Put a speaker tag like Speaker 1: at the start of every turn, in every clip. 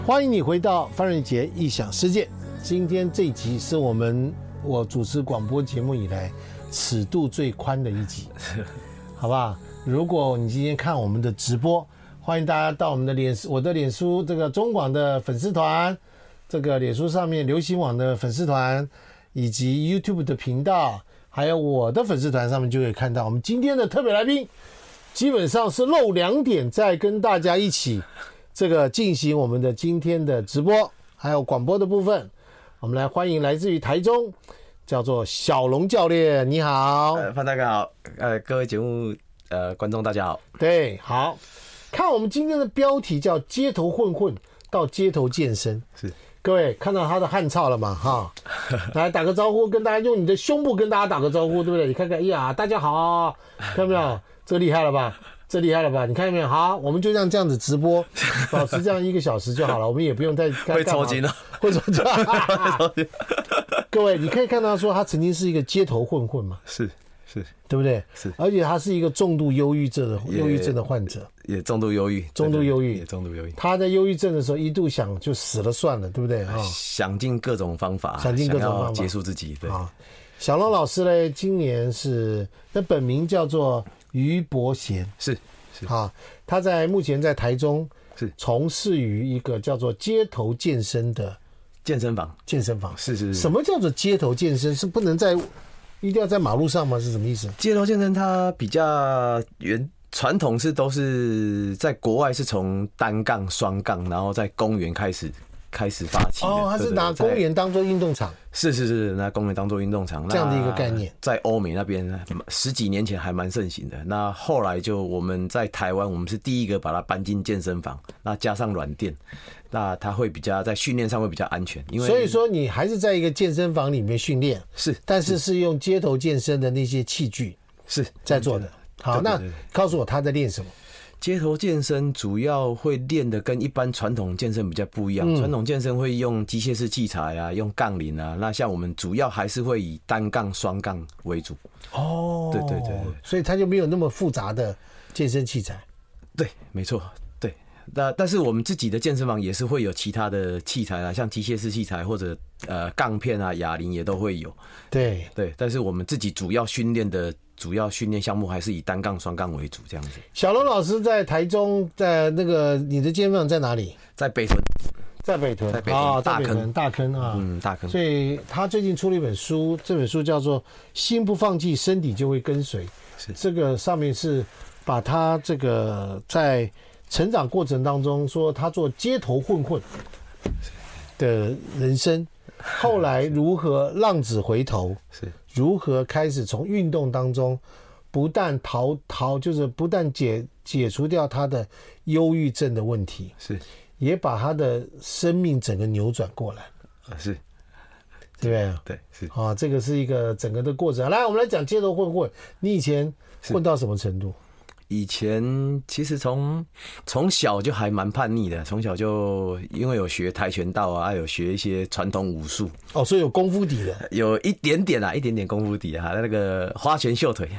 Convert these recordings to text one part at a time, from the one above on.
Speaker 1: 欢迎你回到范瑞杰异想世界。今天这一集是我主持广播节目以来尺度最宽的一集，好不好？如果你今天看我们的直播，欢迎大家到我的脸书这个中广的粉丝团，这个脸书上面流行网的粉丝团，以及 YouTube 的频道，还有我的粉丝团上面就可以看到我们今天的特别来宾，基本上是露2点在跟大家一起这个进行我们的今天的直播还有广播的部分。我们来欢迎来自于台中叫做小龙教练，你好。
Speaker 2: 范大哥好，各位节目观众大家好。
Speaker 1: 对，好，看我们今天的标题叫街头混混到街头健身。
Speaker 2: 是，
Speaker 1: 各位看到他的汗臭了吗？哈，来打个招呼，跟大家用你的胸部跟大家打个招呼，对不对？你看看，哎呀，大家好，看到没有？这厉害了吧？这厉害了吧？你看到没有？好，我们就这样子直播，保持这样1个小时就好了。我们也不用再
Speaker 2: 会抽筋了，
Speaker 1: 会抽筋。各位，你可以看到说他曾经是一个街头混混嘛，
Speaker 2: 是，
Speaker 1: 对不对？
Speaker 2: 是，
Speaker 1: 而且他是一个重度忧郁症的患者，
Speaker 2: 也重度忧郁，
Speaker 1: 重度忧郁，
Speaker 2: 也重度忧郁。
Speaker 1: 他在忧郁症的时候一度想就死了算了，对不对？
Speaker 2: 想尽各种方法，
Speaker 1: 想要
Speaker 2: 结束自己。对。
Speaker 1: 小龙老师呢，今年那本名叫做于伯贤，
Speaker 2: 是
Speaker 1: 他目前在台中
Speaker 2: 是从
Speaker 1: 事于一个叫做街头健身的
Speaker 2: 健身房。是。
Speaker 1: 什么叫做街头健身？是不能一定要在马路上吗？是什么意思？
Speaker 2: 街头健身它比较传统都是在国外是从单杠、双杠，然后在公园开始发起的。
Speaker 1: 他是拿公园当做运动场。
Speaker 2: 是，拿公园当做运动场，
Speaker 1: 这样的一个概念，
Speaker 2: 在欧美那边10几年前还蛮盛行的。那后来我们在台湾，我们是第一个把它搬进健身房，那加上软垫，那它会比较在训练上会比较安全。因为所
Speaker 1: 以说你还是在一个健身房里面训练，但是用街头健身的那些器具
Speaker 2: 是
Speaker 1: 在做的。好，那告诉我他在练什么？
Speaker 2: 街头健身主要会练的跟一般传统健身比较不一样。传统健身会用机械式器材啊，用杠铃啊。那像我们主要还是会以单杠、双杠为主。对，
Speaker 1: 所以它就没有那么复杂的健身器材。
Speaker 2: 对，没错。对，但是我们自己的健身房也是会有其他的器材啊，像机械式器材或者杠片啊、哑铃也都会有。对，但是我们自己主要训练项目还是以单杠、双杠为主，这样子。
Speaker 1: 小龙老师在台中，在你的健身房在哪里？
Speaker 2: 在北屯。
Speaker 1: 在北屯大坑啊，
Speaker 2: 大坑。
Speaker 1: 所以他最近出了一本书，这本书叫做《心不放弃，身体就会跟随》。这个上面是把他这个在成长过程当中说他做街头混混的人生，后来如何浪子回头，如何开始从运动当中不但就是不但解除掉他的忧郁症的问题，也把他的生命整个扭转过来，对不对？
Speaker 2: 对，是
Speaker 1: 这个是一个整个的过程。来，我们来讲街头混混，你以前混到什么程度？
Speaker 2: 以前其实从小就还蛮叛逆的，从小就因为有学跆拳道啊，有学一些传统武术。
Speaker 1: 所以有功夫底的，
Speaker 2: 有一点点功夫底啊，那个花拳绣腿，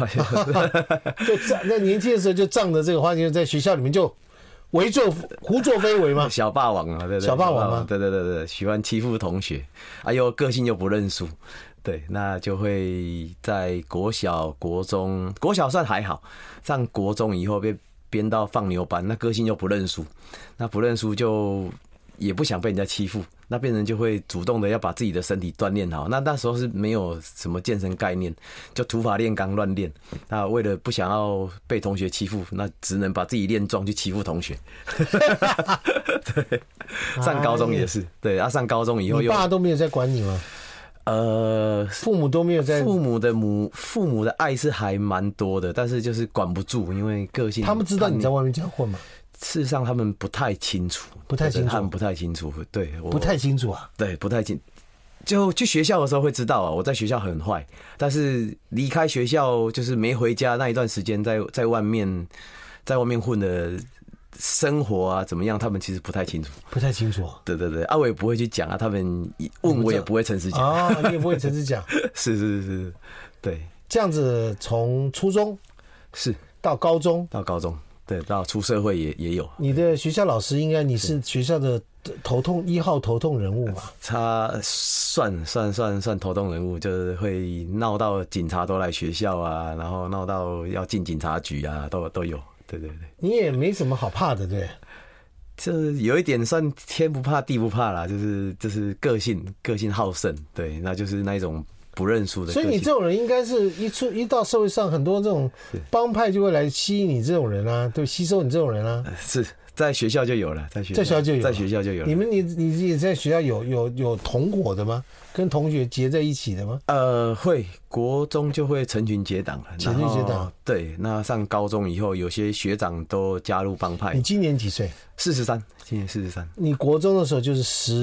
Speaker 1: 那年轻的时候就仗着这个花拳，在学校里面就胡作非为嘛，
Speaker 2: 小霸王啊，对，
Speaker 1: 小霸王吗？
Speaker 2: 对，喜欢欺负同学，个性又不认输。对，那就会在国小、国中，国小算还好，上国中以后被编到放牛班，那个性又不认输，那不认输就也不想被人家欺负，那变成就会主动的要把自己的身体锻炼好。那时候是没有什么健身概念，就土法炼钢乱练。那为了不想要被同学欺负，那只能把自己练壮去欺负同学。对，上高中也是，对，上高中以后
Speaker 1: 你爸都没有在管你吗？父母都没有在。父
Speaker 2: 母的爱是还蛮多的，但是就是管不住，因为个性。
Speaker 1: 他们知道你在外面这样混吗？
Speaker 2: 事实上，他们不太清楚，他们不太清楚，对，
Speaker 1: 不太清楚啊，
Speaker 2: 对，不太清。就去学校的时候会知道啊，我在学校很坏，但是离开学校就是没回家那一段时间，在外面混的。生活啊怎么样？他们其实不太清楚，对，我也不会去讲啊。他们问我也不会诚实讲
Speaker 1: 你也不会诚实讲。
Speaker 2: 是，对。
Speaker 1: 这样子从初中到高中，
Speaker 2: 对，到出社会也有。
Speaker 1: 你的学校老师应该你是学校的 1号头痛人物嘛？
Speaker 2: 他算头痛人物，就是会闹到警察都来学校啊，然后闹到要进警察局啊，都有。对对对，
Speaker 1: 你也没什么好怕的，对。
Speaker 2: 就是有一点算天不怕地不怕啦，就是个性好胜，对，那就是那一种不认输的个性。
Speaker 1: 所以你这种人应该是一到社会上，很多这种帮派就会来吸引你这种人啊，对，吸收你这种人啊。
Speaker 2: 是在学校就有了，在学校就有了。
Speaker 1: 你也在学校有同伙的吗？跟同学结在一起的吗？
Speaker 2: 会，国中就会成群结党了。
Speaker 1: 成群结党。
Speaker 2: 对，那上高中以后，有些学长都加入帮派。
Speaker 1: 你今年几岁
Speaker 2: ？43，今年43。
Speaker 1: 你国中的时候就是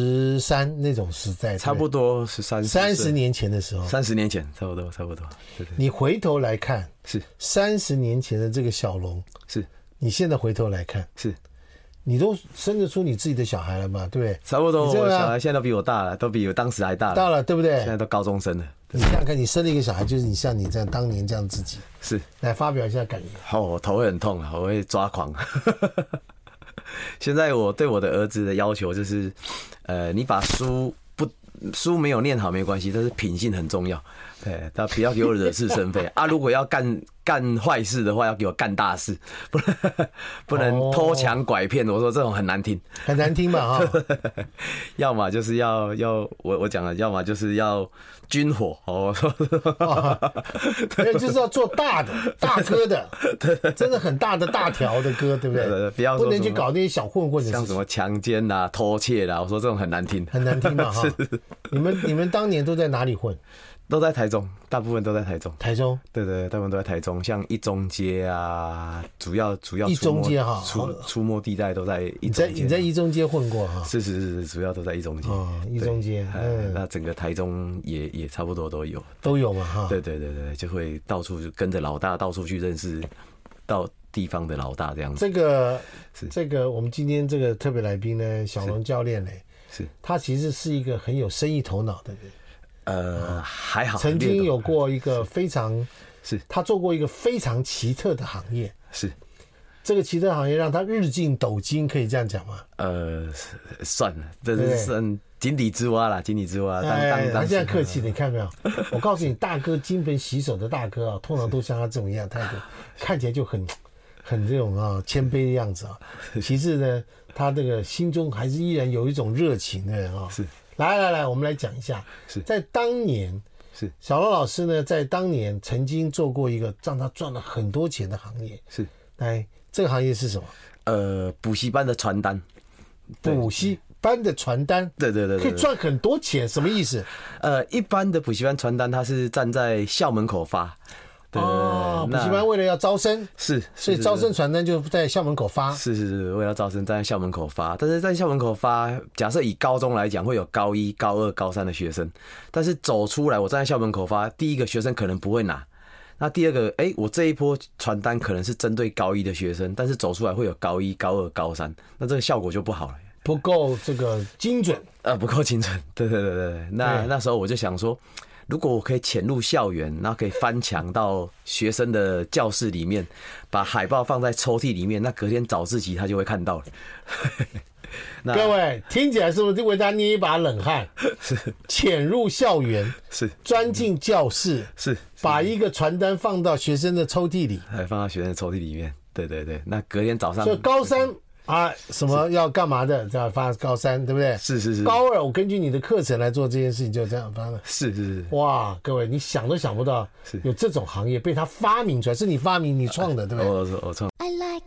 Speaker 1: 13那种时代，
Speaker 2: 差不多30
Speaker 1: 年前的时候。
Speaker 2: 30年前，差不多。对。
Speaker 1: 你回头来看，
Speaker 2: 是
Speaker 1: 30年前的这个小龙，
Speaker 2: 是
Speaker 1: 你现在回头来看，
Speaker 2: 是。
Speaker 1: 你都生得出你自己的小孩了嘛？对不对？
Speaker 2: 差不多，我小孩现在都比我大了，都比我当时还大了，
Speaker 1: 对不对？
Speaker 2: 现在都高中生了。
Speaker 1: 你想想看，你生了一个小孩，就是你像你这样当年这样自己，
Speaker 2: 是
Speaker 1: 来发表一下感言。
Speaker 2: 我头会很痛啊，我会抓狂。现在我对我的儿子的要求就是，你把书没有念好没关系，但是品性很重要。对，他不要给我惹是生非啊！如果要干坏事的话，要给我干大事，不能偷抢拐骗。我说这种很难听，
Speaker 1: 很难听嘛哈。
Speaker 2: 要么就是要我讲了，要么就是要军火。我说，
Speaker 1: 对，就是要做大哥的，真的很大的大条的哥，对不对？不能去搞那些小混混的事，
Speaker 2: 像什么强奸啦、偷窃啦。我说这种很难听，
Speaker 1: 很难听嘛哈。你们当年都在哪里混？
Speaker 2: 都在台中，大部分都在台中。
Speaker 1: 台中，
Speaker 2: 对，大部分都在台中，像一中街啊，主要
Speaker 1: 一中街哈，
Speaker 2: 出没地带都在一中街。
Speaker 1: 你在一中街混过哈？
Speaker 2: 是，主要都在一中街。
Speaker 1: 一中街，
Speaker 2: 那整个台中也差不多都有
Speaker 1: 嘛哈。
Speaker 2: 对，就会到处跟着老大到处去认识到地方的老大这样子。
Speaker 1: 这个我们今天这个特别来宾呢，小龙教练呢，
Speaker 2: 是他
Speaker 1: 其实是一个很有生意头脑的人。
Speaker 2: 还好，
Speaker 1: 曾经有过一个非常
Speaker 2: 是
Speaker 1: 他做过一个非常奇特的行业，
Speaker 2: 是
Speaker 1: 这个奇特行业让他日进斗金，可以这样讲吗？
Speaker 2: 算了，这是算井底之蛙啦，井底之蛙。
Speaker 1: 他现在客气，你看没有？我告诉你，大哥金盆洗手的大哥啊，通常都像他这种一样态度，看起来就很这种啊谦卑的样子啊。其次呢，他这个心中还是依然有一种热情的人啊。
Speaker 2: 是。
Speaker 1: 来，我们来讲一下，在当年，小龙老师呢，在当年曾经做过一个让他赚了很多钱的行业。
Speaker 2: 是，
Speaker 1: 来，这个行业是什么？
Speaker 2: 补习班的传单。
Speaker 1: 补习班的传单，
Speaker 2: 对，
Speaker 1: 可以赚很多钱，什么意思？
Speaker 2: 一般的补习班传单，它是站在校门口发。
Speaker 1: 补习班为了要招生，所以招生传单就在校门口发。
Speaker 2: 是，为了招生站在校门口发。但是在校门口发，假设以高中来讲，会有高1、高2、高3的学生。但是走出来，我站在校门口发，第一个学生可能不会拿。那第二个，我这一波传单可能是针对高1的学生，但是走出来会有高1、高2、高3，那这个效果就不好了，
Speaker 1: 不够这个精准。
Speaker 2: 不够精准。对。那时候我就想说，如果我可以潜入校园，然后可以翻墙到学生的教室里面，把海报放在抽屉里面，那隔天早自习他就会看到了。
Speaker 1: 各位听起来是不是就为他捏一把冷汗？
Speaker 2: 是
Speaker 1: 潜入校园，
Speaker 2: 是
Speaker 1: 钻进教室，
Speaker 2: 是
Speaker 1: 把一个传单放到学生的抽屉里，
Speaker 2: 放到学生的抽屉里面。对，那隔天早上，
Speaker 1: 所以高3。什么要干嘛的？这样发高3，对不对？
Speaker 2: 是。
Speaker 1: 高2，我根据你的课程来做这件事情，就这样发了。
Speaker 2: 是。
Speaker 1: 哇，各位，你想都想不到，有这种行业被他发明出来，是你发明、你创的，对不对？
Speaker 2: 我创。
Speaker 3: I like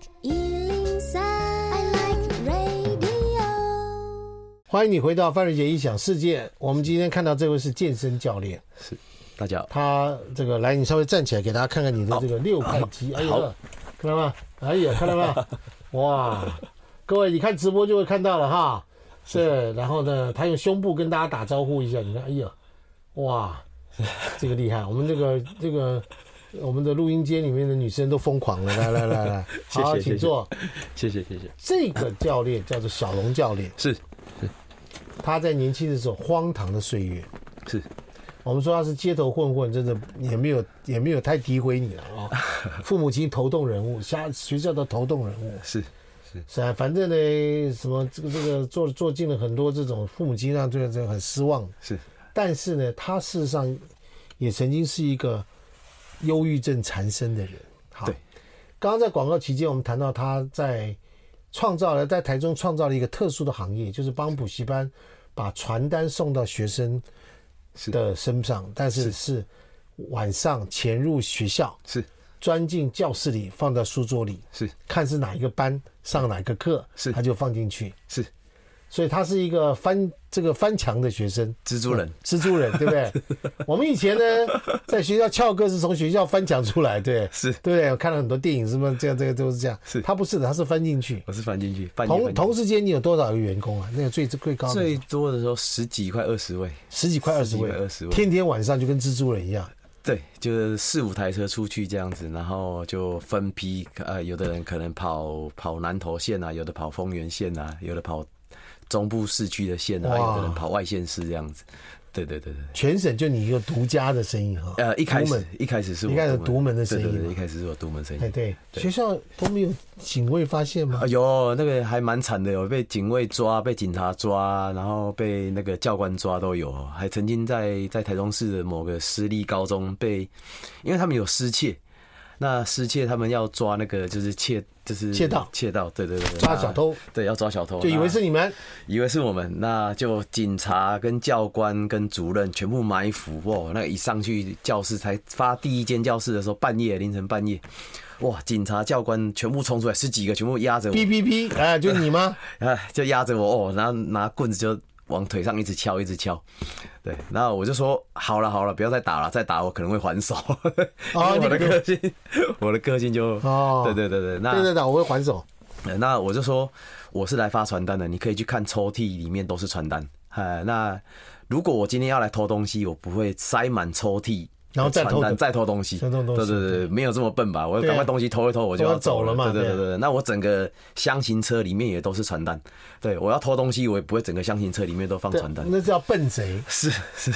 Speaker 3: 103, I like radio。
Speaker 1: 欢迎你回到范瑞杰异想世界。我们今天看到这位是健身教练，
Speaker 2: 是大家好。
Speaker 1: 他这个来，你稍微站起来，给大家看看你的这个6块肌。哎呀，看到吗？看到吗？哇，各位，你看直播就会看到了哈。是，然后呢，他用胸部跟大家打招呼一下。你看，哎呀，哇，这个厉害。我们这个我们的录音间里面的女生都疯狂了。来，好，请坐。
Speaker 2: 谢谢。
Speaker 1: 这个教练叫做小龙教练，
Speaker 2: 是。
Speaker 1: 他在年轻的时候荒唐的岁月，
Speaker 2: 是。
Speaker 1: 我们说他是街头混混，真的也没有太诋毁你了啊。父母亲头痛人物，学校的头痛人物，
Speaker 2: 是。
Speaker 1: 是啊，反正呢，什么这个做尽了很多这种父母亲让对这个很失望。
Speaker 2: 是，
Speaker 1: 但是呢，他事实上也曾经是一个忧郁症缠身的人。好，
Speaker 2: 对。
Speaker 1: 刚刚在广告期间，我们谈到他在台中创造了一个特殊的行业，就是帮补习班把传单送到学生的身上，但是是晚上潜入学校，
Speaker 2: 是
Speaker 1: 钻进教室里，放到书桌里，
Speaker 2: 是
Speaker 1: 看是哪一个班上哪个课，
Speaker 2: 是
Speaker 1: 他就放进去，
Speaker 2: 是，
Speaker 1: 所以他是一个翻墙的学生，
Speaker 2: 蜘蛛人，
Speaker 1: 对不对？我们以前呢，在学校翘课是从学校翻墙出来，对，
Speaker 2: 是，
Speaker 1: 对不对？我看了很多电影，是不是这样？这个都是这样。
Speaker 2: 是，
Speaker 1: 他不是的，他是翻进去。
Speaker 2: 我是翻进去，
Speaker 1: 同时间你有多少个员工啊？那个最高的
Speaker 2: 最多的时候10几快20位
Speaker 1: ，10几快20位
Speaker 2: ，20位，
Speaker 1: 天天晚上就跟蜘蛛人一样。
Speaker 2: 对，就是4、5台车出去这样子，然后就分批，有的人可能跑南投县啊，有的跑丰原县啊，有的跑中部市区的县啊，有的人跑外县市这样子。对，
Speaker 1: 全省就你一个独家的生意哈。
Speaker 2: 一开始是我
Speaker 1: 独门的生意，
Speaker 2: 对，一开始是我独门生意。
Speaker 1: 对，学校都没有警卫发现吗？
Speaker 2: 有，那个还蛮惨的，有被警卫抓，被警察抓，然后被那个教官抓都有，还曾经在台中市的某个私立高中因为他们有失窃。那失窃他们要抓那个就是窃盗，对，
Speaker 1: 抓小偷，
Speaker 2: 对，要抓小偷，
Speaker 1: 就以为是你们，
Speaker 2: 以为是我们，那就警察跟教官跟主任全部埋伏，哇，那个一上去教室才发第一间教室的时候，凌晨半夜，哇，警察教官全部冲出来，10几个全部压着我，
Speaker 1: 哔，就你吗？
Speaker 2: 就压着我，然后拿棍子就往腿上一直敲，对，然后我就说好了，不要再打了，再打我可能会还手。我的个性就对，那
Speaker 1: 我会还手。
Speaker 2: 那我就说我是来发传单的，你可以去看抽屉里面都是传单。那如果我今天要来偷东西，我不会塞满抽屉。然后再偷东西，对，没有这么笨吧？我赶快东西偷一偷，我就要走了嘛。对，那我整个箱型车里面也都是传单。对，我要偷东西，我也不会整个箱型车里面都放传单。
Speaker 1: 那叫笨贼。
Speaker 2: 是，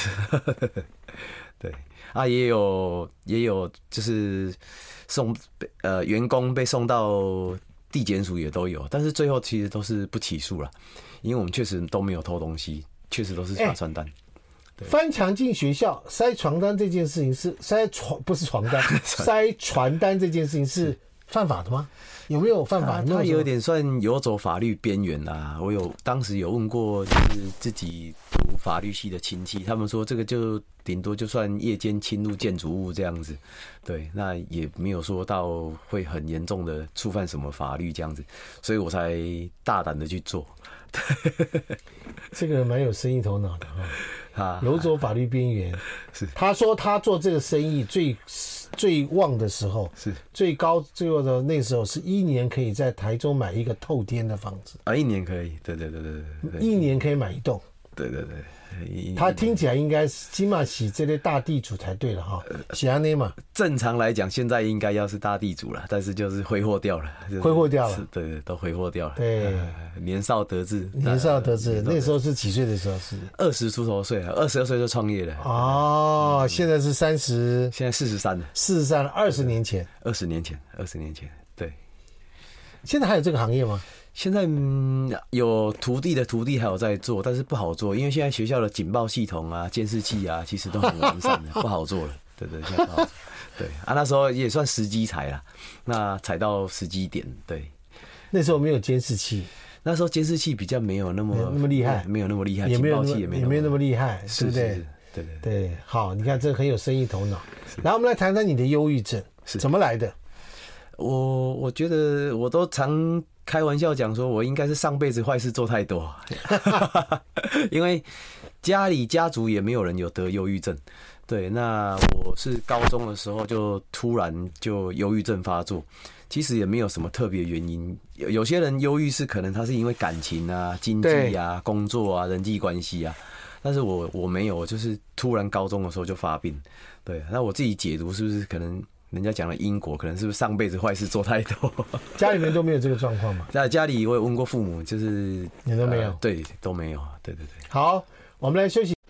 Speaker 2: 对啊，也有就是员工被送到地检署也都有，但是最后其实都是不起诉了，因为我们确实都没有偷东西，确实都是发传单。
Speaker 1: 翻墙进学校塞传单这件事情是不是床单塞传单这件事情是犯法的吗？有没有犯法？
Speaker 2: 他有点算游走法律边缘啦。我当时有问过，就是自己读法律系的亲戚，他们说这个就顶多就算夜间侵入建筑物这样子，对，那也没有说到会很严重的触犯什么法律这样子，所以我才大胆的去做。
Speaker 1: 这个人蛮有生意头脑的哈，游走法律边缘。是，他说他做这个生意最旺的时候，是最高的那时候是1年可以在台中买一个透天的房子
Speaker 2: 啊，1年可以，对
Speaker 1: ，1年可以买1栋，
Speaker 2: 对。
Speaker 1: 他听起来应该是起码是这类大地主才对了哈，是安内嘛？
Speaker 2: 正常来讲，现在应该要是大地主了，但是就是挥霍掉了，对，都挥霍掉了。
Speaker 1: 对，
Speaker 2: 年少得志，
Speaker 1: 那时候是几岁的时候？是
Speaker 2: 20出头岁，22岁就创业了。
Speaker 1: 哦，现在是30，
Speaker 2: 现在43了
Speaker 1: ，43了，20年前，对。现在还有这个行业吗？
Speaker 2: 现在有徒弟还有在做，但是不好做，因为现在学校的警报系统啊、监视器啊，其实都很完善的，不好做了。对，现在不好做。对啊，那时候也算时机踩啦，那踩到时机点。对，
Speaker 1: 那时候没有监视器，
Speaker 2: 那时候监视器比较没有那么
Speaker 1: 厉害，
Speaker 2: 没有那么厉害，
Speaker 1: 也没有
Speaker 2: 那
Speaker 1: 么厉害，对不对？对，好，你看这很有生意头脑。然后我们来谈谈你的忧郁症怎么来的。
Speaker 2: 我觉得我都常开玩笑讲说，我应该是上辈子坏事做太多，因为家族也没有人有得忧郁症。对，那我是高中的时候就突然就忧郁症发作，其实也没有什么特别原因。有些人忧郁是可能他是因为感情啊、经济啊、工作啊、人际关系啊，但是我没有，我就是突然高中的时候就发病。对，那我自己解读是不是可能？人家讲的因果，可能是不是上辈子坏事做太多？
Speaker 1: 家里面都没有这个状况嘛？
Speaker 2: 在家里我也问过父母，就是
Speaker 1: 你都没有，
Speaker 2: 对，都没有，对。
Speaker 1: 好，我们来休息。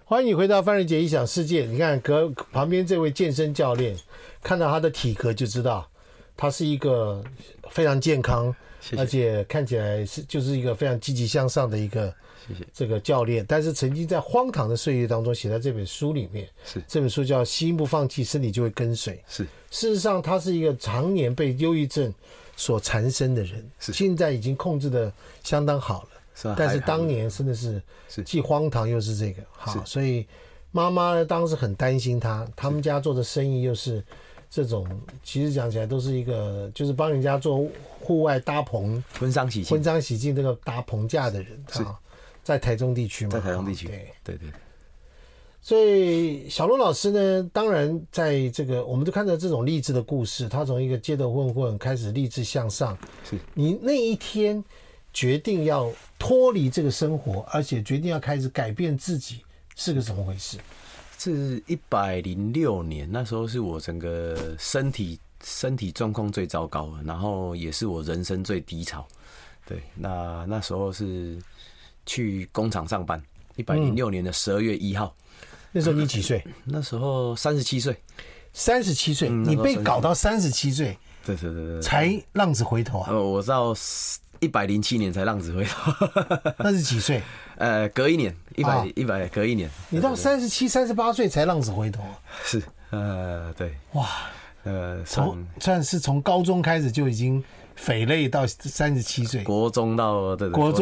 Speaker 1: 欢迎你回到范瑞杰异想世界。你看旁边这位健身教练，看到他的体格就知道，他是一个非常健康，
Speaker 2: 谢谢
Speaker 1: 而且看起来就是一个非常积极向上的一个
Speaker 2: 谢谢。
Speaker 1: 这个教练。但是曾经在荒唐的岁月当中写在这本书里面，
Speaker 2: 是
Speaker 1: 这本书叫《心不放弃，身体就会跟随》。
Speaker 2: 是，
Speaker 1: 事实上，他是一个常年被忧郁症所缠身的人，
Speaker 2: 是
Speaker 1: 现在已经控制的相当好了。
Speaker 2: 是啊，
Speaker 1: 但是当年真的是既荒唐又是这个好，所以妈妈呢当时很担心他们家做的生意又是这种，其实讲起来都是一个就是帮人家做户外搭棚、
Speaker 2: 婚丧喜庆
Speaker 1: 这个搭棚架的人啊，在台中地区嘛，
Speaker 2: 在台中地区，对。
Speaker 1: 所以小龙老师呢，当然在这个我们都看到这种励志的故事，他从一个街头混混开始励志向上。
Speaker 2: 是
Speaker 1: 你那一天决定要脱离这个生活，而且决定要开始改变自己，是个怎么回事？
Speaker 2: 是106年，那时候是我整个身体状况最糟糕的，然后也是我人生最低潮。对，那时候是去工厂上班，106年的12月1号。
Speaker 1: 那时候你几岁？
Speaker 2: 那时候37岁。
Speaker 1: 37岁，你被搞到37岁，
Speaker 2: 对，
Speaker 1: 才浪子回头啊！
Speaker 2: 我到107年才浪子回头。
Speaker 1: 那是几岁？
Speaker 2: 隔一年，100隔一年。
Speaker 1: 你到37、38岁才浪子回头啊？
Speaker 2: 是，对。
Speaker 1: 哇，算是从高中开始就已经匪类到37岁，
Speaker 2: 国中到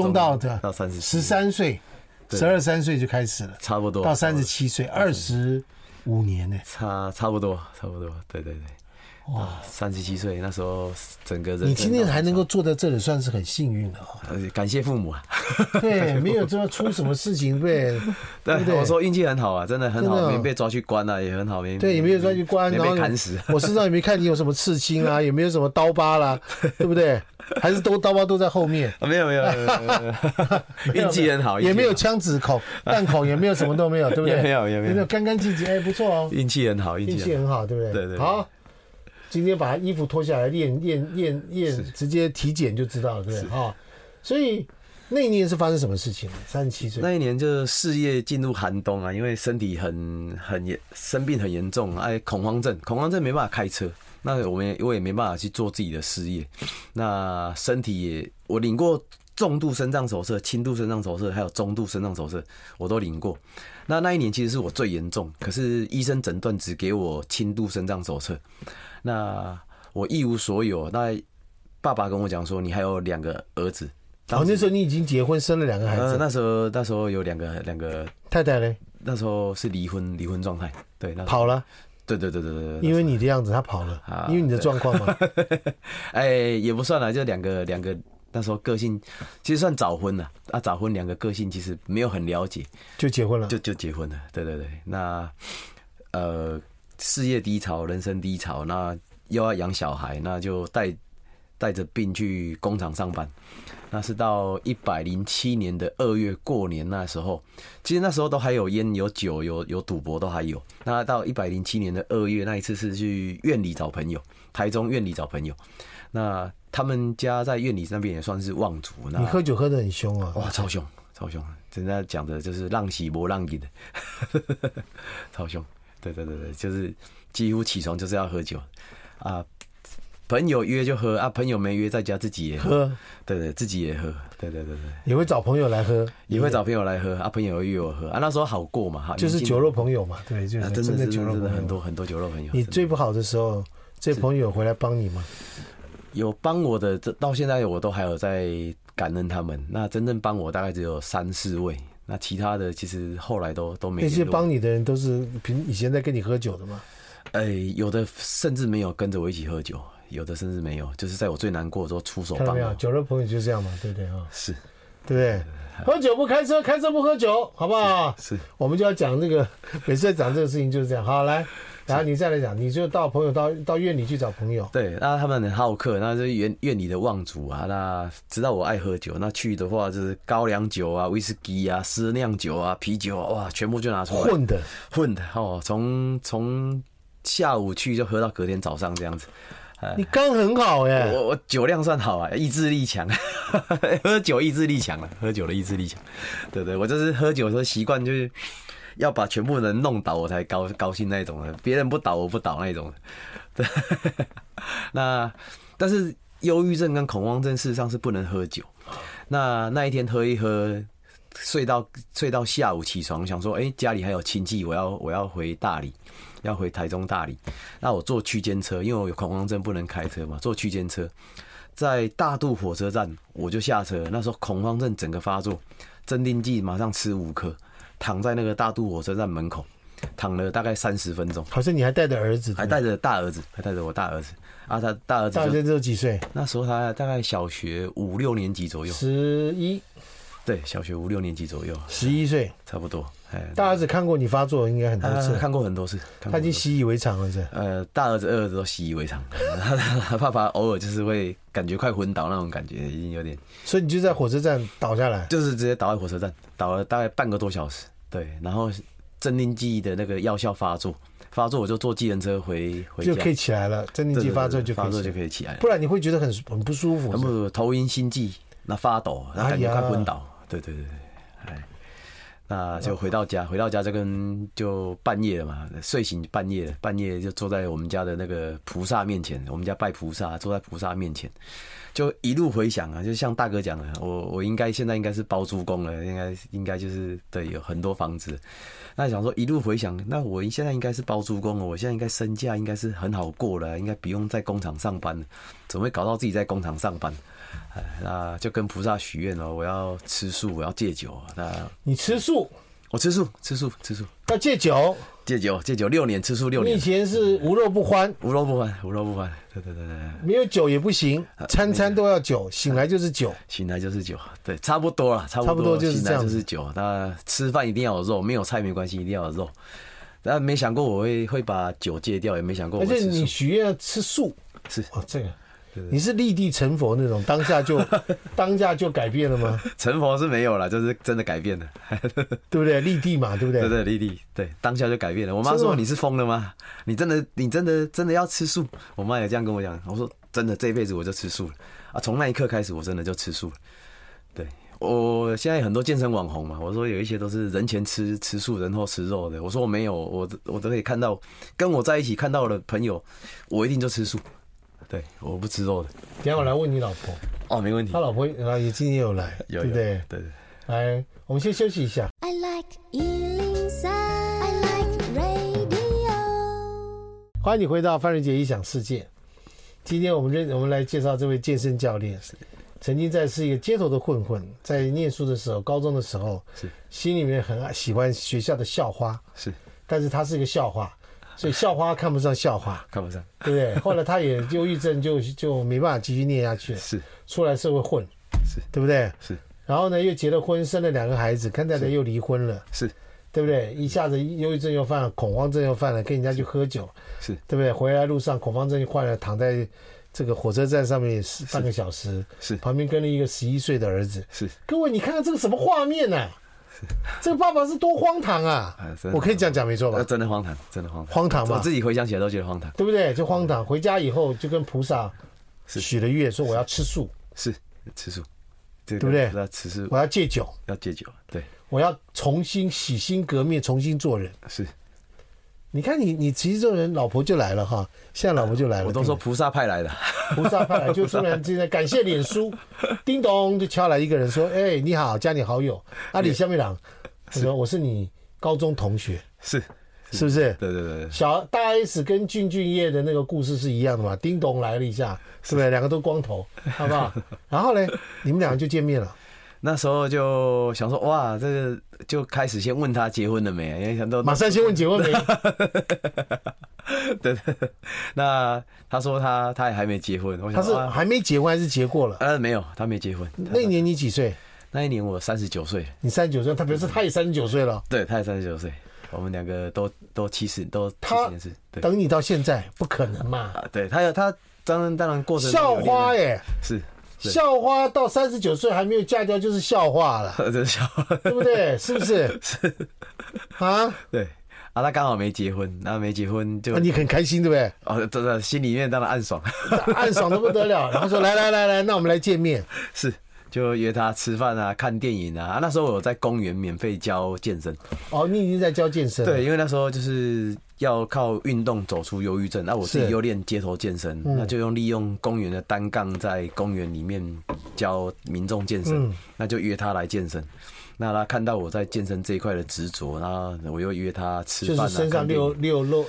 Speaker 1: 13岁。12、3岁就开始了，
Speaker 2: 差不多
Speaker 1: 到37岁，25年呢，
Speaker 2: 差不多，对。哇，37岁那时候整个人，
Speaker 1: 你今天还能够坐在这里，算是很幸运的
Speaker 2: 感谢父母啊。
Speaker 1: 对，没有这么出什么事情，对不对？
Speaker 2: 我说运气很好啊，真的很好，没被抓去关啊，也很好，
Speaker 1: 对，也没有抓去关，
Speaker 2: 没被砍死。
Speaker 1: 我身上也没看你有什么刺青啊，也没有什么刀疤啦，对不对？还是刀疤都在后面？
Speaker 2: 没有，运气很好，
Speaker 1: 也没有枪指孔、弹孔，也没有什么都没有，对不对？
Speaker 2: 没有，
Speaker 1: 干干净净，哎，不错哦，
Speaker 2: 运气很好，
Speaker 1: 运气很好，对不对？
Speaker 2: 对。
Speaker 1: 好。今天把衣服脱下来练，直接体检就知道了，对不对？所以那一年是发生什么事情？37岁
Speaker 2: 那一年就事业进入寒冬啊，因为身体生病很严重，恐慌症没办法开车，那我也没办法去做自己的事业，那身体我领过重度肾脏手术、轻度肾脏手术，还有中度肾脏手术，我都领过。那一年其实是我最严重，可是医生诊断只给我轻度肾脏手术。那我一无所有。那爸爸跟我讲说，你还有2个儿子。
Speaker 1: 那时候你已经结婚生了2个孩子。
Speaker 2: 那时候有两个
Speaker 1: 太太嘞？
Speaker 2: 那时候是离婚状态。对，
Speaker 1: 跑了。
Speaker 2: 对。
Speaker 1: 因为你的样子，他跑了。因为你的状况嘛。
Speaker 2: 也不算啦，就两个。那时候个性其实算早婚了啊，早婚2个个性其实没有很了解，
Speaker 1: 就结婚了，
Speaker 2: 就结婚了。对。那事业低潮，人生低潮，那又要养小孩，那就带着病去工厂上班。那是到107年的2月过年那时候，其实那时候都还有烟、有酒、有赌博都还有。那到107年的2月那一次是去苑里找朋友，台中苑里找朋友。那他们家在苑里那边也算是望族。
Speaker 1: 你喝酒喝得很凶啊！
Speaker 2: 哇，超凶！人家讲的就是浪喜不浪饮的，超凶。对，就是几乎起床就是要喝酒啊，朋友约就喝啊，朋友没约在家自己也喝。对，自己也喝。对。
Speaker 1: 也会找朋友来喝，
Speaker 2: 啊，朋友约我喝啊，那时候好过嘛，
Speaker 1: 就是酒肉朋友嘛，对，就是真的酒肉朋友，
Speaker 2: 很多酒肉朋友。
Speaker 1: 你最不好的时候，这朋友回来帮你吗？
Speaker 2: 有帮我的，到现在我都还有在感恩他们。那真正帮我大概只有3、4位，那其他的其实后来都没联络。
Speaker 1: 那些帮你的人都是以前在跟你喝酒的吗？
Speaker 2: 有的甚至没有跟着我一起喝酒，有的甚至没有，就是在我最难过的时候出手帮我。
Speaker 1: 看到没有，酒肉朋友就这样嘛，对不对？
Speaker 2: 是，
Speaker 1: 对不对？喝酒不开车，开车不喝酒，好不好？
Speaker 2: 是，
Speaker 1: 我们就要讲这个，每次在讲这个事情就是这样。好，来。然后你再来讲，你就到朋友到院里去找朋友。
Speaker 2: 对，那他们很好客，那是院里的望族啊。那知道我爱喝酒，那去的话就是高粱酒啊、威士忌啊、私酿酒啊、啤酒啊，哇，全部就拿出来。混的哦，从下午去就喝到隔天早上这样子。
Speaker 1: 你刚很好耶，
Speaker 2: 我酒量算好啊，意志力强，喝酒意志力强了，喝酒的意志力强。对，我就是喝酒的时候习惯就是。 要把全部人弄倒我才高兴那种的，别人不倒我不倒那种的。对，但是忧郁症跟恐慌症事实上是不能喝酒。那一天喝一喝，睡到下午起床，想说，家里还有亲戚，我要回大理，要回台中大理。那我坐区间车，因为我有恐慌症不能开车嘛，坐区间车，在大肚火车站我就下车。那时候恐慌症整个发作，镇定剂马上吃5颗，躺在那个大肚火车站门口，躺了大概30分钟。
Speaker 1: 好像你还带着儿子，
Speaker 2: 还带着大儿子，还带着我大儿子啊，他大儿子
Speaker 1: 只有几岁？
Speaker 2: 那时候他大概小学5、6年级左右
Speaker 1: ，11，
Speaker 2: 对，小学5、6年级左右
Speaker 1: ，11岁，差
Speaker 2: 不多。
Speaker 1: 大儿子看过你发作应该很多次，
Speaker 2: 看过很多次，
Speaker 1: 他已经习以为常了，是？
Speaker 2: 大儿子、二儿子都习以为常，他爸爸偶尔就是会感觉快昏倒那种感觉，已经有点。
Speaker 1: 所以你就在火车站倒下来，
Speaker 2: 就是直接倒在火车站，倒了大概半个多小时，对，然后镇定剂的那个药效发作我就坐计程车回家
Speaker 1: 就可以起来了，镇定剂发作就可以
Speaker 2: 起来了，
Speaker 1: 不然你会觉得很不舒服，
Speaker 2: 头晕心悸，那发抖，然后感觉快昏倒，对，那就回到家就半夜了嘛，睡醒半夜就坐在我们家的那个菩萨面前，我们家拜菩萨，坐在菩萨面前，就一路回想啊，就像大哥讲的，我现在应该是包租公了，应该就是对，有很多房子。那想说一路回想，那我现在应该是包租公了，我现在应该身价应该是很好过了，应该不用在工厂上班了，怎么会搞到自己在工厂上班？那就跟菩萨许愿哦，我要吃素，我要戒酒。那
Speaker 1: 你吃素？
Speaker 2: 我吃素，
Speaker 1: 要戒酒
Speaker 2: ，6年，吃素6年。
Speaker 1: 你以前是无肉不欢，
Speaker 2: 无肉不欢，对，
Speaker 1: 没有酒也不行，餐餐都要酒，醒来就是酒，
Speaker 2: 对，差不多了，差不多
Speaker 1: 就是这样，
Speaker 2: 就是酒。那吃饭一定要有肉，没有菜没关系，一定要有肉。但没想过我会把酒戒掉，也没想过我会吃素。
Speaker 1: 而且你许愿要吃素，
Speaker 2: 是
Speaker 1: 哦，这个。你是立地成佛那种，当下就改变了吗？
Speaker 2: 成佛是没有了，就是真的改变了，
Speaker 1: 对不对？立地嘛，对不对？
Speaker 2: 对，立地，对，当下就改变了。我妈说：“你是疯了吗？你真的要吃素？”我妈也这样跟我讲。我说：“真的，这一辈子我就吃素了啊！从那一刻开始，我真的就吃素了。”对，我现在很多健身网红嘛，我说有一些都是人前吃素，人后吃肉的。我说我没有，我都可以看到，跟我在一起看到的朋友，我一定就吃素。对，我不吃肉的。
Speaker 1: 等一下我来问你老婆。
Speaker 2: 哦，没问题。
Speaker 1: 他老婆也今天有来，对不对？
Speaker 2: 对。
Speaker 1: 来，我们先休息一下。
Speaker 3: I like 103, I like radio。
Speaker 1: 欢迎你回到范瑞杰异想世界。今天我们来介绍这位健身教练，曾经是一个街头的混混，在念书的时候，高中的时候，心里面很喜欢学校的校花，但是他是一个校花。所以校花看不上校花，
Speaker 2: 看不上，
Speaker 1: 对不对？后来他也忧郁症就没办法继续念下去了，出来社会混，对不对？然后呢，又结了婚，生了2个孩子，看太太又离婚了，对不对？一下子忧郁症又犯了，恐慌症又犯了，跟人家去喝酒，对不对？回来路上恐慌症就患了，躺在这个火车站上面半个小时，旁边跟了一个11岁的儿子，各位你看看这个什么画面啊！这个爸爸是多荒唐啊！我可以这样讲没错吧？
Speaker 2: 真的荒唐，荒唐
Speaker 1: 嘛！
Speaker 2: 我自己回想起来都觉得荒唐，
Speaker 1: 对不对？就荒唐。回家以后就跟菩萨许了愿，说我要吃素，
Speaker 2: 吃素，
Speaker 1: 对不对？
Speaker 2: 吃素，
Speaker 1: 我要戒酒，
Speaker 2: 对，
Speaker 1: 我要重新洗心革面，重新做人。你看你其实这人老婆就来了哈，现在老婆就来了。
Speaker 2: 我都说菩萨派来的，
Speaker 1: 菩萨派来就突然之间感谢脸书，叮咚就敲来一个人说：“你好，加你好友。”李香妹郎，他说：“我是你高中同学。”是不是？
Speaker 2: 对。
Speaker 1: 大 S 跟俊业的那个故事是一样的嘛？叮咚来了一下，是不是？2个都光头，好不好？然后呢，你们2个就见面了。
Speaker 2: 那时候就想说，哇，这个就开始先问他结婚了没，因为想到
Speaker 1: 马上先问结婚没。
Speaker 2: 对，那他说他也还没结婚，我想
Speaker 1: 他是还没结婚还是结过了？
Speaker 2: 没有，他没结婚。
Speaker 1: 那一年你几岁？
Speaker 2: 那一年我39岁。
Speaker 1: 你39岁，他表示他也39岁了。
Speaker 2: 对，他也39岁，我们2个都70，都70年是。
Speaker 1: 等你到现在不可能嘛？
Speaker 2: 对，他当然过程
Speaker 1: 校花耶，
Speaker 2: 是。
Speaker 1: 校花到39岁还没有嫁掉就是校花了，对不对？是不是？啊，
Speaker 2: 对啊，他刚好没结婚，然后没结婚就
Speaker 1: 你很开心对不对？
Speaker 2: 哦，真的心里面当然暗爽，
Speaker 1: 暗爽的不得了。然后说来，那我们来见面。
Speaker 2: 就约他吃饭啊、看电影啊。那时候我有在公园免费教健身。
Speaker 1: 哦，你已经在教健身了。
Speaker 2: 对，因为那时候就是要靠运动走出忧郁症，那我自己又练街头健身，那就利用公园的单杠在公园里面教民众健身，那就约他来健身。那他看到我在健身这一块的执着，然后我又约他吃饭、啊，
Speaker 1: 就是身上露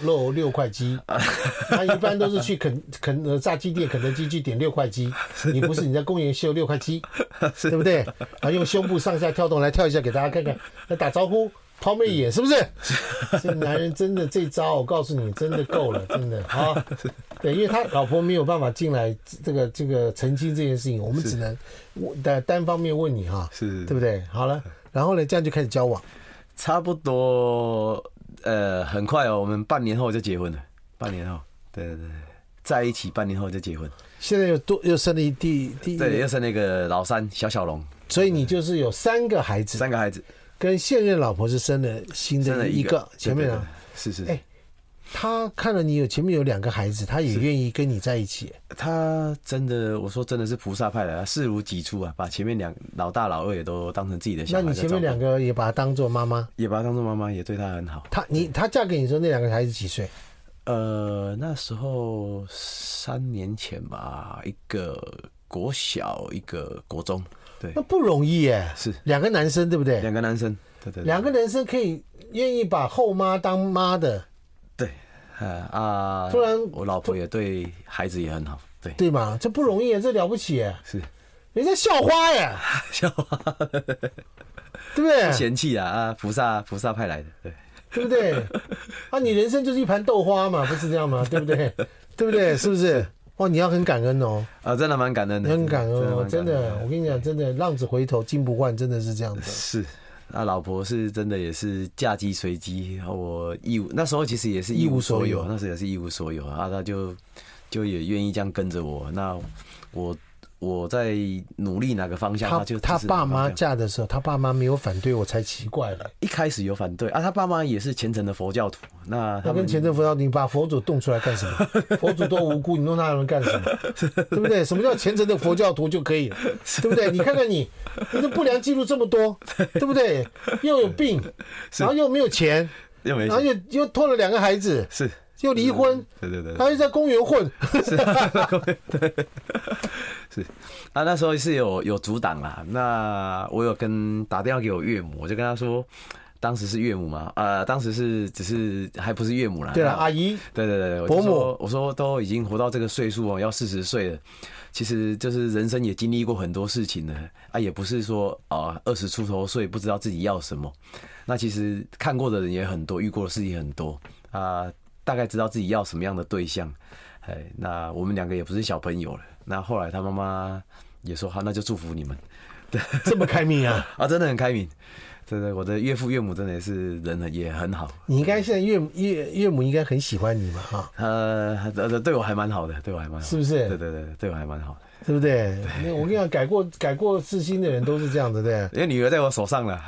Speaker 1: 6块肌。他一般都是去炸鸡店、肯德基去点6块肌，你不是你在公园秀6块肌，对不对？然后用胸部上下跳动来跳一下给大家看看，来打招呼。抛媚眼是不是？这男人真的这招，我告诉你，真的够了，真的啊。对，因为他老婆没有办法进来，这个澄清这件事情，我们只能单方面问你哈，
Speaker 2: 是，
Speaker 1: 对不对？好了，然后呢，这样就开始交往，
Speaker 2: 差不多很快哦，我们半年后就结婚了。半年后，对，在一起半年后就结婚。
Speaker 1: 现在又生了
Speaker 2: 对，又生了一个老三小龙，
Speaker 1: 所以你就是有3个孩子，3
Speaker 2: 个孩子。
Speaker 1: 跟现任老婆是生了新的一个，前面啊，
Speaker 2: 是。
Speaker 1: 他看了你前面有2个孩子，他也愿意跟你在一起。
Speaker 2: 他真的，我说真的是菩萨派的，视如己出啊，把前面老大老二也都当成自己的小孩。
Speaker 1: 那你前面2个也把他当做妈妈，
Speaker 2: 也把他当做妈妈，也对他很好。
Speaker 1: 他嫁给你说那2个孩子几岁？
Speaker 2: 那时候3年前吧，一个国小，一个国中。对，
Speaker 1: 那不容易耶，
Speaker 2: 是
Speaker 1: 2个男生，对不对
Speaker 2: ？2个男生，对
Speaker 1: ，2个男生可以愿意把后妈当妈的，
Speaker 2: 对，不然我老婆也对孩子也很好，
Speaker 1: 对嘛？这不容易啊，这了不起耶，
Speaker 2: 是，
Speaker 1: 人家校花耶，
Speaker 2: 校花，
Speaker 1: 对不对？
Speaker 2: 不嫌弃啊，菩萨派来的，
Speaker 1: 对不对？你人生就是一盘豆花嘛，不是这样吗？对不对？对不对？是不是？哇，你要很感恩哦！
Speaker 2: 真的蛮感恩的，
Speaker 1: 很感恩哦，真的，我跟你讲，真的浪子回头金不换，真的是这样子。
Speaker 2: 是，那老婆是真的也是嫁鸡随鸡，我那时候其实也是一无所有，那时候也是一无所有啊，他就也愿意这样跟着我，那我在努力哪个方向，
Speaker 1: 他爸妈嫁的时候，他爸妈没有反对，我才奇怪了。
Speaker 2: 一开始有反对啊，他爸妈也是虔诚的佛教徒，那
Speaker 1: 跟虔诚佛教徒，你把佛祖动出来干什么？佛祖多无辜，你弄他人干什么？对不对？什么叫虔诚的佛教徒就可以了？对不对？你看看你的不良记录这么多，对不对？又有病，然后又没有钱，然后又拖了2个孩子，
Speaker 2: 是。
Speaker 1: 又离婚，
Speaker 2: 对，
Speaker 1: 他又在公园混，
Speaker 2: 对，是啊，那时候是有阻挡啦。那我有打电话给我岳母，我就跟他说，当时是岳母嘛，当时只是还不是岳母啦。
Speaker 1: 对了，阿姨，
Speaker 2: 对，
Speaker 1: 伯母，
Speaker 2: 我说都已经活到这个岁数哦，要40岁了，其实就是人生也经历过很多事情了啊，也不是说20出头岁不知道自己要什么。那其实看过的人也很多，遇过的事情很多啊。大概知道自己要什么样的对象，那我们2个也不是小朋友了。那后来他妈妈也说好，那就祝福你们。对，
Speaker 1: 这么开明啊！
Speaker 2: 真的很开明。对，我的岳父岳母真的是人也很好。
Speaker 1: 你应该现在岳母应该很喜欢你嘛，哈。
Speaker 2: 对我还蛮好的，
Speaker 1: 是不是？
Speaker 2: 对，对我还蛮好的。
Speaker 1: 对不对？我跟你讲，改过自新的人都是这样的，对。
Speaker 2: 因为女儿在我手上了。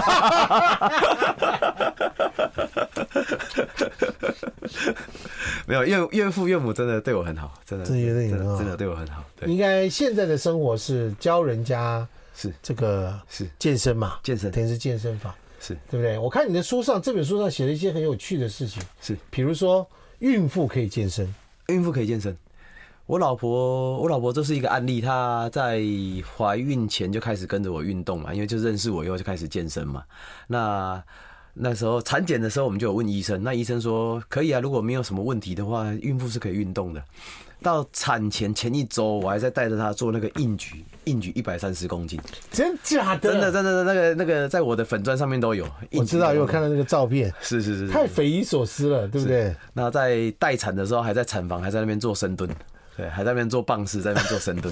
Speaker 2: 没有，岳父岳母真的对我很好，真的对我很好。对，
Speaker 1: 应该现在的生活是教人家
Speaker 2: 是
Speaker 1: 这个
Speaker 2: 是
Speaker 1: 健身嘛，
Speaker 2: 健身
Speaker 1: 等于是健身法，
Speaker 2: 是对
Speaker 1: 不对？我看你的这本书上写了一些很有趣的事情，
Speaker 2: 是
Speaker 1: 比如说孕妇可以健身，
Speaker 2: 我老婆这是一个案例，她在怀孕前就开始跟着我运动嘛，因为就认识我以后就开始健身嘛。那时候产检的时候，我们就有问医生，那医生说可以啊，如果没有什么问题的话，孕妇是可以运动的。到产前1周，我还在带着她做那个硬举130公斤，
Speaker 1: 真假的？
Speaker 2: 真的，那个在我的粉专上面都有，
Speaker 1: 我知道，有看到那个照片，
Speaker 2: 是，
Speaker 1: 太匪夷所思了，对不对？
Speaker 2: 那在待产的时候，还在产房，还在那边做深蹲。对，还在那边做棒式，在那边做深蹲。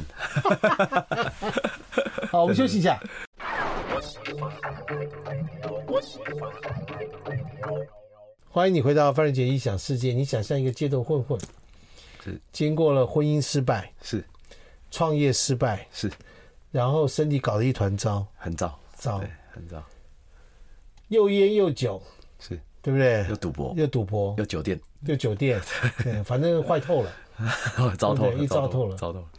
Speaker 1: 好，我们休息一下。欢迎你回到范仁杰异想世界。你想象一个街头混混，
Speaker 2: 是
Speaker 1: 经过了婚姻失败，
Speaker 2: 是
Speaker 1: 创业失败，
Speaker 2: 是，
Speaker 1: 然后身体搞得一团糟，
Speaker 2: 很糟，对，很糟，
Speaker 1: 又烟又酒，
Speaker 2: 是
Speaker 1: 对不对？
Speaker 2: 又赌博，又酒店，
Speaker 1: 对，反正坏透了。
Speaker 2: 糟透了，
Speaker 1: 一糟透了。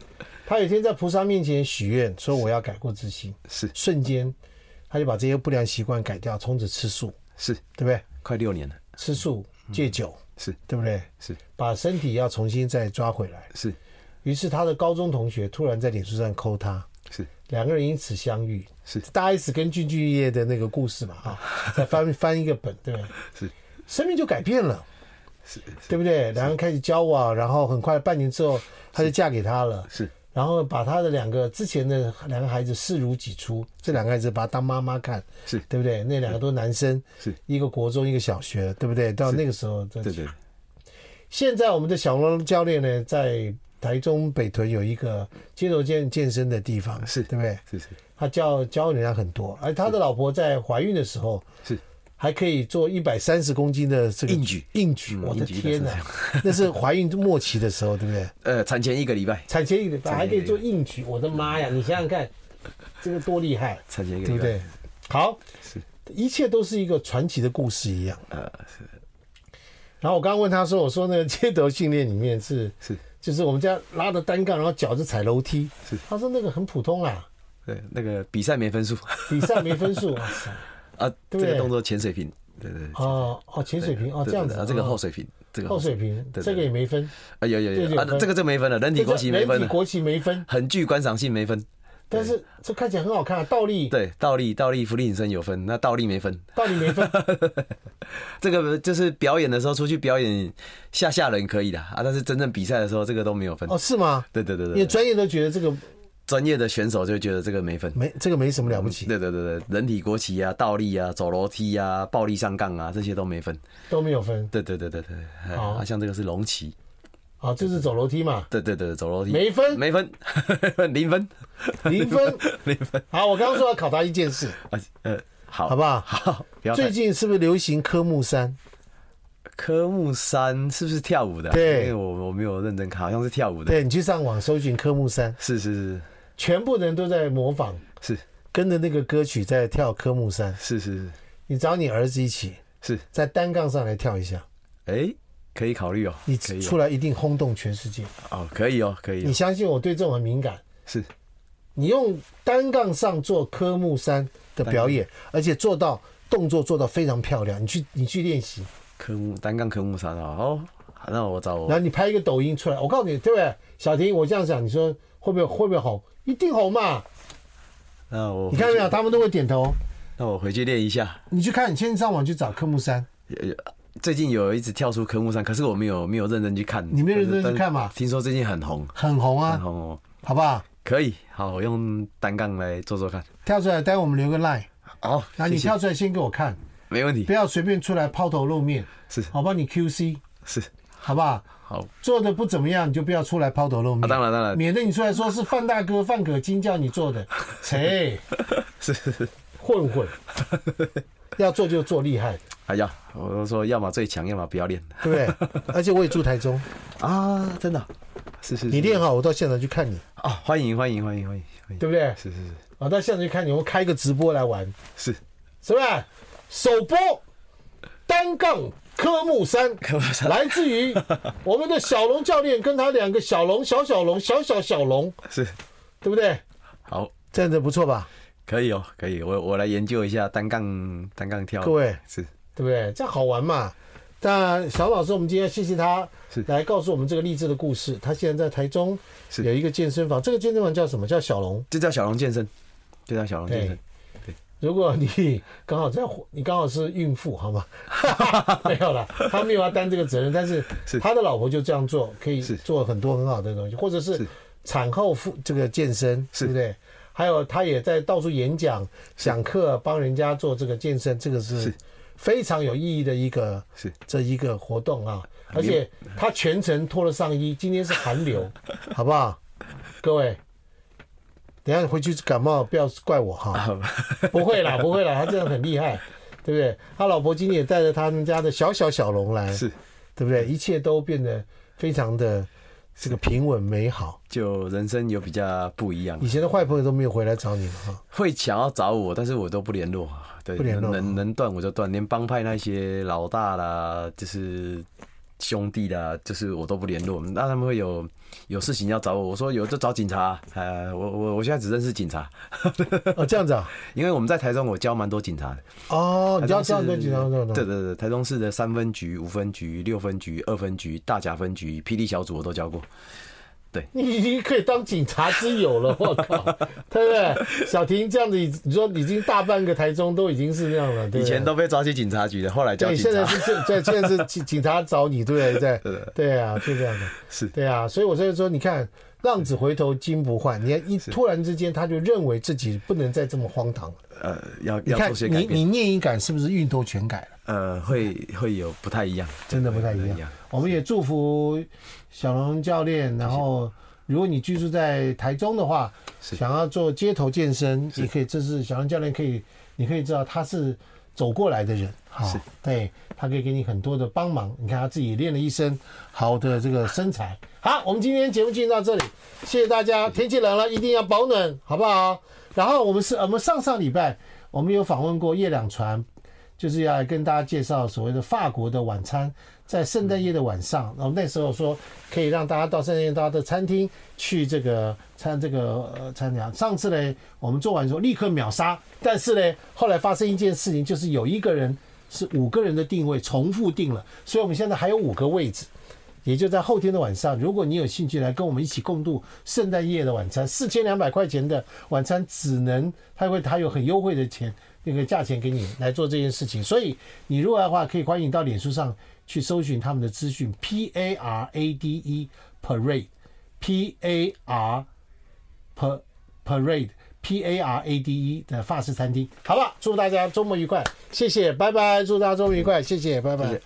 Speaker 1: 他有一天在菩萨面前许愿，说我要改过自新，
Speaker 2: 是
Speaker 1: 瞬间他就把这些不良习惯改掉，从此吃素，
Speaker 2: 是，
Speaker 1: 对不对？
Speaker 2: 快6年了，
Speaker 1: 吃素戒酒，
Speaker 2: 是
Speaker 1: 对不对？
Speaker 2: 是
Speaker 1: 把身体要重新再抓回来。
Speaker 2: 是
Speaker 1: 于是他的高中同学突然在脸书上扣他，
Speaker 2: 是
Speaker 1: 两个人因此相遇。
Speaker 2: 是
Speaker 1: 大 S 跟俊俊业的那个故事嘛，再翻一个本，对不对？
Speaker 2: 是，
Speaker 1: 生命就改变了，
Speaker 2: 是
Speaker 1: 对不对？两人开始交往，然后很快半年之后，她就嫁给他了。
Speaker 2: 是，
Speaker 1: 然后把他的之前的两个孩子视如己出，这两个孩子把他当妈妈看，
Speaker 2: 是
Speaker 1: 对不对？那两个都男生，
Speaker 2: 是
Speaker 1: 一个国中，一个小学，对不对？到那个时候，
Speaker 2: 对对，
Speaker 1: 现在我们的小龙教练呢，在台中北屯有一个街头健身的地方，
Speaker 2: 是
Speaker 1: 对不对？
Speaker 2: 是是
Speaker 1: 他教人家很多，而他的老婆在怀孕的时候
Speaker 2: 是
Speaker 1: 还可以做130公斤的这个硬举，我的天哪，那是怀孕末期的时候，对不对？
Speaker 2: 产前1个礼拜，
Speaker 1: 产前1个礼拜还可以做硬举，我的妈呀！你想想看，这个多厉害，
Speaker 2: 产前1个礼拜，
Speaker 1: 对不对？好，
Speaker 2: 是
Speaker 1: 一切都是一个传奇的故事一样。
Speaker 2: 是。
Speaker 1: 然后我刚刚问他说，我说那个街头训练里面是就是我们家拉着单杠，然后脚就踩楼梯。
Speaker 2: 是，
Speaker 1: 他说那个很普通啊。
Speaker 2: 对，那个比赛没分数，
Speaker 1: 比赛没分数，哇塞！
Speaker 2: 啊，这个动作前水平，对对。
Speaker 1: 哦，前水平哦，这样子。
Speaker 2: 这个后水平，这个
Speaker 1: 后水平，这个也没分。
Speaker 2: 啊，有啊，这个就没分了，人体国旗没分了，
Speaker 1: 人体国旗没分，
Speaker 2: 很具观赏性没分。
Speaker 1: 但是这看起来很好看，倒立。
Speaker 2: 对，倒立，伏地挺身有分，那倒立没分。
Speaker 1: 倒立没分。
Speaker 2: 这个就是表演的时候出去表演吓人可以的啊，但是真正比赛的时候这个都没有分。
Speaker 1: 哦，是吗？
Speaker 2: 对，因
Speaker 1: 为专业都觉得这个。
Speaker 2: 专业的选手就觉得这个没分，
Speaker 1: 这个没什么了不起。
Speaker 2: 对，人体国旗啊、倒立啊、走楼梯啊、暴力上杠啊，这些都没分，
Speaker 1: 都没有分。
Speaker 2: 对。啊，像这个是龙旗。
Speaker 1: 好，这是走楼梯嘛？
Speaker 2: 对，走楼梯
Speaker 1: 没分
Speaker 2: 0分。
Speaker 1: 0分。好，我刚刚说要考他一件事，好不好？
Speaker 2: 好。
Speaker 1: 最近是不是流行科目3？
Speaker 2: 科目3是不是跳舞的？
Speaker 1: 对，
Speaker 2: 因为我没有认真看，好像是跳舞的。
Speaker 1: 对，你去上网搜寻科目3，
Speaker 2: 是。
Speaker 1: 全部人都在模仿，
Speaker 2: 是
Speaker 1: 跟着那个歌曲在跳科目3，
Speaker 2: 是。
Speaker 1: 你找你儿子一起，
Speaker 2: 是
Speaker 1: 在单杠上来跳一下，
Speaker 2: 可以考虑哦。
Speaker 1: 你出来一定轰动全世界
Speaker 2: 哦，可以哦。
Speaker 1: 你相信我对这种很敏感，
Speaker 2: 是
Speaker 1: 你用单杠上做科目3的表演，而且动作做到非常漂亮，你去练习
Speaker 2: 单杠科目3啊。哦，那我找我，
Speaker 1: 然后你拍一个抖音出来，我告诉你，对不对？小婷，我这样讲，你说会不会红？一定红嘛！你看到没有？他们都会点头。
Speaker 2: 那我回去练一下。
Speaker 1: 你去看，你先上网去找科目3。
Speaker 2: 最近有一直跳出科目3，可是我没有认真去看。
Speaker 1: 你没有认真去看吗？
Speaker 2: 听说最近很红，
Speaker 1: 很红啊，
Speaker 2: 很红哦，
Speaker 1: 好不好？
Speaker 2: 可以，好，我用单杠来做看。
Speaker 1: 跳出来，待会我们留个 line。
Speaker 2: 好，
Speaker 1: 那你跳出来先给我看，
Speaker 2: 没问题。
Speaker 1: 不要随便出来抛头露面，
Speaker 2: 是，
Speaker 1: 好帮你 QC，
Speaker 2: 是，
Speaker 1: 好不好？
Speaker 2: 好，
Speaker 1: 做的不怎么样，你就不要出来抛头露面。
Speaker 2: 当然，
Speaker 1: 免得你出来说是范大哥、范可金叫你做的，切，
Speaker 2: 是
Speaker 1: 混混，要做就做厉害。
Speaker 2: 哎呀，我都说要么最强，要么不要练，
Speaker 1: 对不对？而且我也住台中
Speaker 2: 啊，真的，是。
Speaker 1: 你练好，我到现场去看你
Speaker 2: 啊，欢迎，
Speaker 1: 对不对？
Speaker 2: 是。
Speaker 1: 我到现场去看你，我开个直播来玩，
Speaker 2: 是
Speaker 1: 不是？首播单杠科目3，来自于我们的小龙教练跟他2个小龙，小龙，
Speaker 2: 是，
Speaker 1: 对不对？
Speaker 2: 好，
Speaker 1: 这样子不错吧？
Speaker 2: 可以哦，可以，我来研究一下单杠跳，
Speaker 1: 各位
Speaker 2: 是，
Speaker 1: 对不对？这样好玩嘛？那小老师，我们今天谢谢他来告诉我们这个励志的故事。他现在在台中有一个健身房，这个健身房叫什么？叫小龙，
Speaker 2: 这叫小龙健身，这叫小龙健身。对，
Speaker 1: 如果你刚好是孕妇，好吗？没有啦，他没有要担这个责任，但是他的老婆就这样做，可以做很多很好的东西，或者是产后这个健身，对不对？还有他也在到处演讲、讲课，帮人家做这个健身，这个是非常有意义的一个活动啊！而且他全程脱了上衣，今天是寒流，好不好？各位，等一下回去感冒不要怪我哈，不会啦，他真的很厉害，对不对？他老婆今天也带着他们家的小龙来，对不对？一切都变得非常的这个平稳美好，
Speaker 2: 就人生有比较不一样。
Speaker 1: 以前的坏朋友都没有回来找你了哈，
Speaker 2: 会想要找我，但是我都不联络。对，能断我就断，连帮派那些老大啦，就是兄弟啦，就是我都不联络。那他们会有事情要找我，我说有就找警察。我现在只认识警察。
Speaker 1: 哦，这样子啊？
Speaker 2: 因为我们在台中，我教蛮多警察的。
Speaker 1: 哦，你教很多警察的。
Speaker 2: 对，台中市的3分局、5分局、6分局、2分局、大甲分局、霹雳小组我都教过。对，
Speaker 1: 你已经可以当警察之友了，我靠，对不对？小婷这样子，你说已经大半个台中都已经是那样了，对不对？
Speaker 2: 以前都被抓去警察局的，后来叫警察。
Speaker 1: 对，现在是警察找你，对不对？对啊，就这样的，
Speaker 2: 是，
Speaker 1: 对啊，所以我就说，你看，浪子回头金不换，你看突然之间他就认为自己不能再这么荒唐了。
Speaker 2: 要做些改变。
Speaker 1: 你念一改是不是运都全改了？
Speaker 2: 会有不太一样，
Speaker 1: 真的不太一样。我们也祝福小龙教练，然后如果你居住在台中的话，想要做街头健身，也可以。这是小龙教练你可以知道他是走过来的人，好，对，他可以给你很多的帮忙。你看他自己练了一身好的这个身材。好，我们今天节目进行到这里，谢谢大家。天气冷了，一定要保暖，好不好？然后我们上礼拜我们有访问过叶两传，就是要来跟大家介绍所谓的法国的晚餐，在圣诞夜的晚上，然后那时候说可以让大家到圣诞夜到的餐厅去餐厅。上次呢，我们做完之后立刻秒杀，但是呢，后来发生一件事情，就是有一个人是5个人的定位重复定了，所以我们现在还有5个位置。也就在后天的晚上，如果你有兴趣来跟我们一起共度圣诞夜的晚餐，4200块钱的晚餐它有很优惠的那个价钱给你来做这件事情。所以你如果的话，可以欢迎到脸书上去搜寻他们的资讯 ，PARADE Parade，PARADE 的法式餐厅，好吧？祝大家周末愉快，谢谢，拜拜！祝大家周末愉快，谢谢，拜拜。